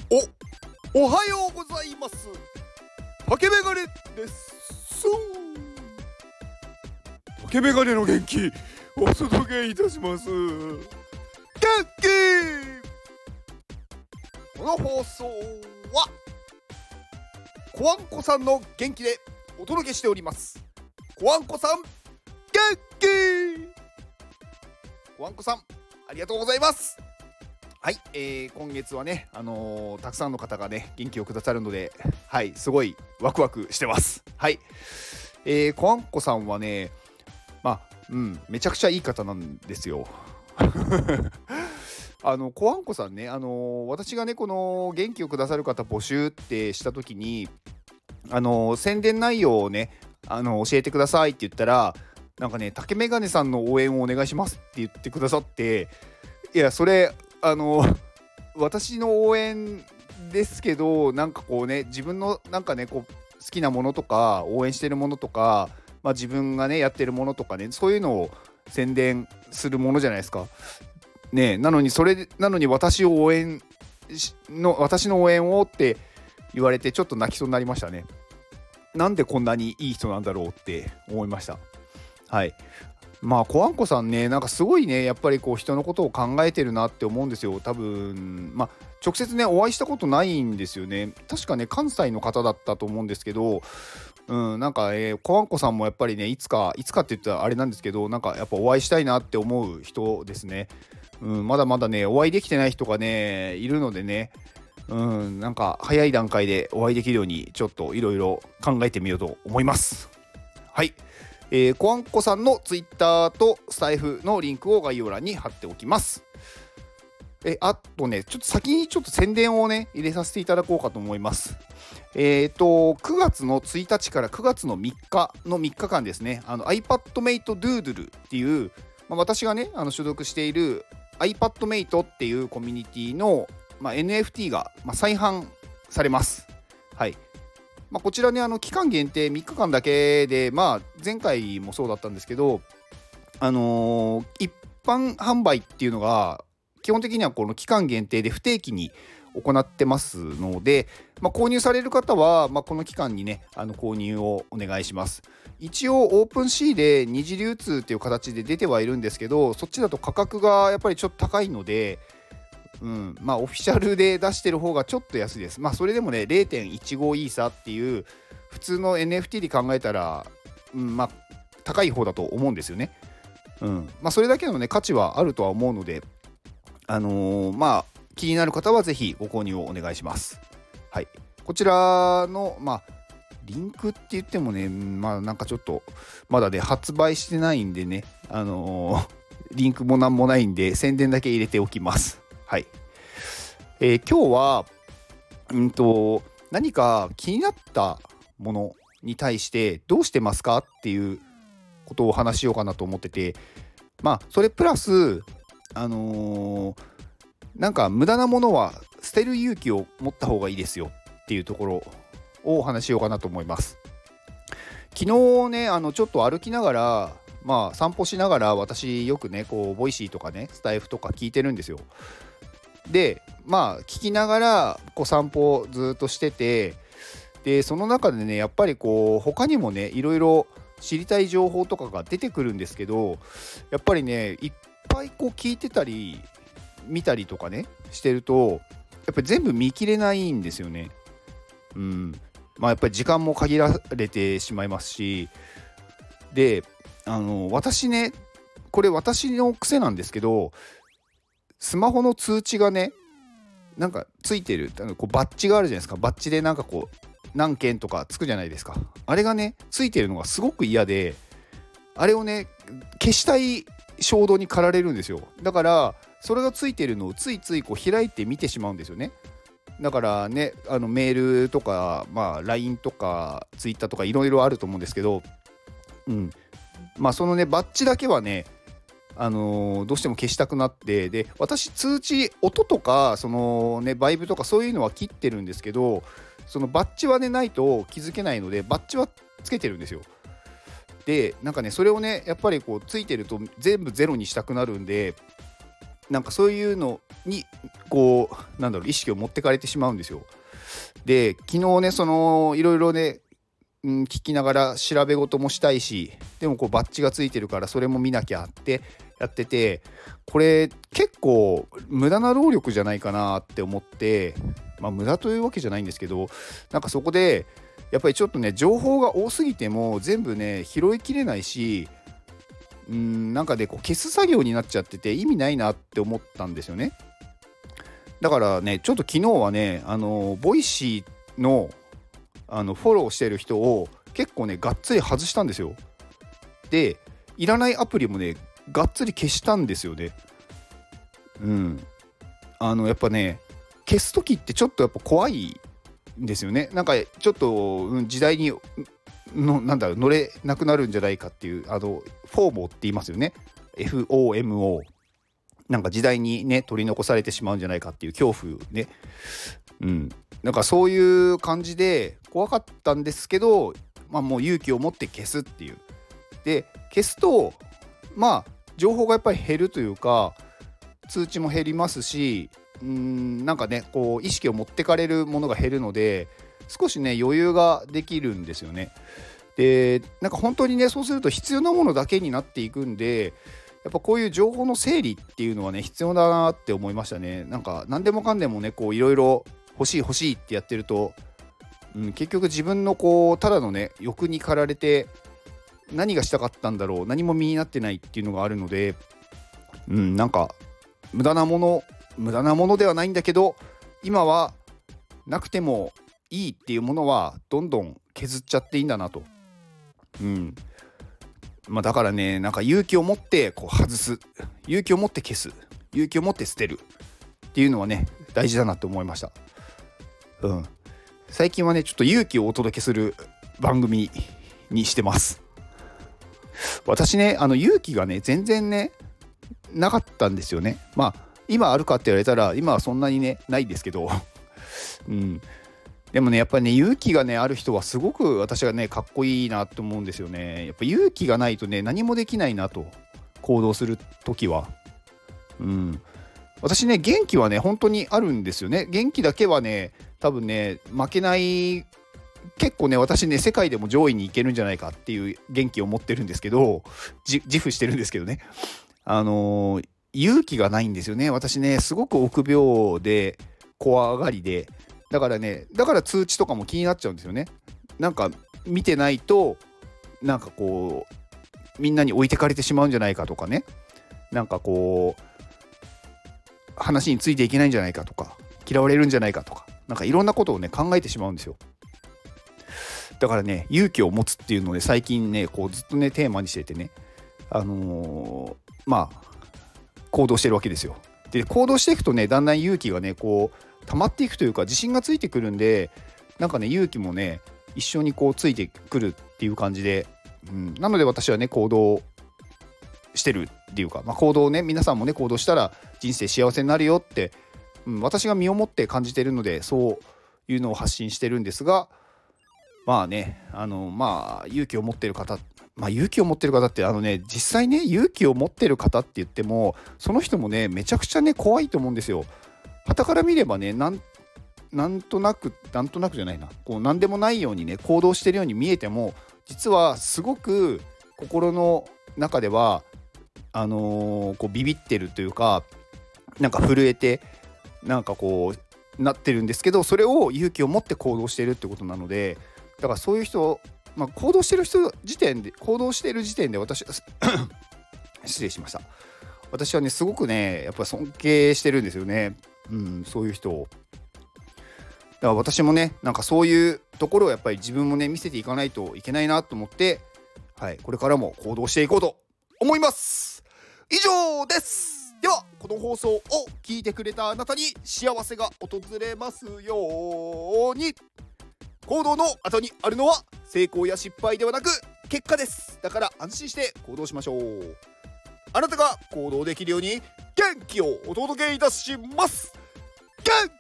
おはようございます。竹メガネです。竹メガネの元気お届けいたします。元気。この放送はコアンコさんの元気でお届けしております。コアンコさん元気。コアンコさんありがとうございます。はい、今月はね、たくさんの方がね元気をくださるので、はい、すごいワクワクしてます。はい、コアンコさんはね、めちゃくちゃいい方なんですよ。コアンコさんね、私がねこの元気をくださる方募集ってした時に、宣伝内容をね教えてくださいって言ったら、なんかね竹メガネさんの応援をお願いしますって言ってくださって、いやそれ私の応援ですけど、なんかこうね自分のなんかねこう好きなものとか応援してるものとか、自分がねやってるものとかね、そういうのを宣伝するものじゃないですかね。なのに私の応援をって言われてちょっと泣きそうになりましたね。なんでこんなにいい人なんだろうって思いました。はい、コアンコさんね、なんかすごいねやっぱりこう人のことを考えてるなって思うんですよ。多分直接ねお会いしたことないんですよね。確かね関西の方だったと思うんですけど、なんか、コアンコさんもやっぱりねいつかって言ったらあれなんですけど、なんかやっぱお会いしたいなって思う人ですね。まだまだねお会いできてない人がねいるのでね、なんか早い段階でお会いできるようにちょっといろいろ考えてみようと思います。はい、コアンコさんのツイッターとスタイフのリンクを概要欄に貼っておきます。あとねちょっと先にちょっと宣伝をね入れさせていただこうかと思います。9月の1日から9月の3日の3日間ですね、iPadMate Doodle っていう、私がね所属している iPadMate っていうコミュニティの、NFT が、再販されます。はい、こちらね期間限定3日間だけで、前回もそうだったんですけど、一般販売っていうのが基本的にはこの期間限定で不定期に行ってますので、購入される方は、この期間にね購入をお願いします。一応オープンシーで二次流通っていう形で出てはいるんですけど、そっちだと価格がやっぱりちょっと高いので、オフィシャルで出してる方がちょっと安いです。それでもね 0.15 イーサっていう普通の NFT で考えたら、高い方だと思うんですよね。それだけのね価値はあるとは思うので、気になる方はぜひご購入をお願いします。はい、こちらのリンクって言ってもね、なんかちょっとまだね発売してないんでね、リンクもなんもないんで宣伝だけ入れておきます。はい、今日は何か気になったものに対してどうしてますかっていうことをお話ししようかなと思ってて、それプラスなんか無駄なものは捨てる勇気を持った方がいいですよっていうところをお話ししようかなと思います。昨日ねちょっと歩きながら散歩しながら、私よくねこうボイシーとかねスタイフとか聞いてるんですよ。で聞きながらこう散歩をずっとしてて、でその中でねやっぱりこう他にもねいろいろ知りたい情報とかが出てくるんですけど、やっぱりねいっぱいこう聞いてたり見たりとかねしてると、やっぱり全部見切れないんですよね。やっぱり時間も限られてしまいますし、で私ねこれ私の癖なんですけど、スマホの通知がねなんかついてるこうバッジがあるじゃないですか。バッジでなんかこう何件とかつくじゃないですか。あれがねついてるのがすごく嫌で、あれをね消したい衝動に駆られるんですよ。だからそれがついてるのをついついこう開いて見てしまうんですよね。だからねメールとか、LINE とか Twitter とかいろいろあると思うんですけど、そのねバッジだけはねどうしても消したくなって、で私通知音とかそのねバイブとかそういうのは切ってるんですけど、そのバッジはねないと気づけないのでバッジはつけてるんですよ。でなんかねそれをねやっぱりこうついてると全部ゼロにしたくなるんで、 なんかそういうのにこう意識を持ってかれてしまうんですよ。で昨日ねいろいろね、聞きながら調べ事もしたいし、でもこうバッジがついてるからそれも見なきゃってやってて、これ結構無駄な労力じゃないかなって思って、無駄というわけじゃないんですけど、なんかそこでやっぱりちょっとね情報が多すぎても全部ね拾いきれないし、なんかねこう消す作業になっちゃってて意味ないなって思ったんですよね。だからねちょっと昨日はねボイシーのフォローしてる人を結構ねがっつり外したんですよ。でいらないアプリもねがっつり消したんですよね。やっぱね消す時ってちょっとやっぱ怖いんですよね。なんかちょっと、時代に乗れなくなるんじゃないかっていうフォーモって言いますよね。 FOMO、 なんか時代にね取り残されてしまうんじゃないかっていう恐怖ね。なんかそういう感じで怖かったんですけど、もう勇気を持って消すっていう。で消すと情報がやっぱり減るというか通知も減りますし、なんかねこう意識を持ってかれるものが減るので少しね余裕ができるんですよね。でなんか本当にねそうすると必要なものだけになっていくんで、やっぱこういう情報の整理っていうのはね必要だなって思いましたね。なんか何でもかんでもねこういろいろ欲しいってやってると、結局自分のこうただのね欲に駆られて何がしたかったんだろう、何も身になってないっていうのがあるので、なんか無駄なものではないんだけど、今はなくてもいいっていうものはどんどん削っちゃっていいんだなと。だからねなんか勇気を持ってこう外す、勇気を持って消す、勇気を持って捨てるっていうのはね大事だなって思いました。最近はねちょっと勇気をお届けする番組にしてます。私ね勇気がね全然ねなかったんですよね。今あるかって言われたら今はそんなにねないですけどでもねやっぱりね勇気がねある人はすごく私はねかっこいいなと思うんですよね。やっぱ勇気がないとね何もできないなと、行動するときは。私ね元気はね本当にあるんですよね。元気だけはね多分ね負けない、結構ね私ね世界でも上位に行けるんじゃないかっていう元気を持ってるんですけど、自負してるんですけどね。勇気がないんですよね。私ねすごく臆病で怖がりで、だから通知とかも気になっちゃうんですよね。なんか見てないとなんかこうみんなに置いてかれてしまうんじゃないかとかね、なんかこう話についていけないんじゃないかとか、嫌われるんじゃないかとか、なんかいろんなことをね考えてしまうんですよ。だからね勇気を持つっていうので最近ねこうずっとねテーマにしててね、行動してるわけですよ。で行動していくとねだんだん勇気がねこう溜まっていくというか自信がついてくるんで、なんかね勇気もね一緒にこうついてくるっていう感じで、なので私はね行動してるっていうか、行動をね皆さんもね行動したら人生幸せになるよって、私が身をもって感じてるのでそういうのを発信してるんですが、勇気を持ってる方、勇気を持ってる方って実際ね勇気を持ってる方って言ってもその人もねめちゃくちゃね怖いと思うんですよ。傍から見ればねなんとなくじゃないな、こう何でもないようにね行動してるように見えても、実はすごく心の中ではこうビビってるというか、なんか震えてなんかこうなってるんですけど、それを勇気を持って行動してるってことなので、だからそういう人、行動してる時点で私失礼しました。私はねすごくねやっぱ尊敬してるんですよね。そういう人を。だから私もねなんかそういうところをやっぱり自分もね見せていかないといけないなと思って、これからも行動していこうと思います。以上です。ではこの放送を聞いてくれたあなたに幸せが訪れますように。行動の後にあるのは成功や失敗ではなく結果です。だから安心して行動しましょう。あなたが行動できるように元気をお届けいたします。元